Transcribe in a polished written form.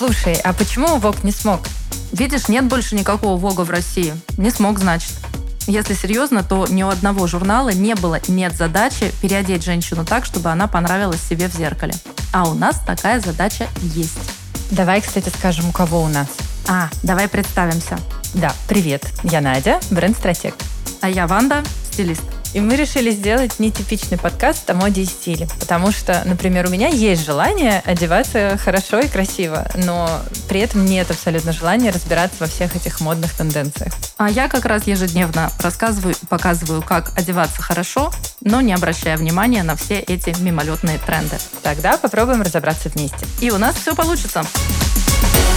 Слушай, а почему Vogue не смог? Видишь, нет больше никакого Vogue в России. Не смог, значит. Если серьезно, то ни у одного журнала не было и нет задачи переодеть женщину так, чтобы она понравилась себе в зеркале. А у нас такая задача есть. Давай, кстати, скажем, у кого у нас. Давай представимся. Да, привет. Я Надя, бренд-стратег. А я Ванда, стилист. И мы решили сделать нетипичный подкаст о моде и стиле. Потому что, например, у меня есть желание одеваться хорошо и красиво, но при этом нет абсолютно желания разбираться во всех этих модных тенденциях. А я как раз ежедневно рассказываю и показываю, как одеваться хорошо, но не обращая внимания на все эти мимолетные тренды. Тогда попробуем разобраться вместе. И у нас все получится.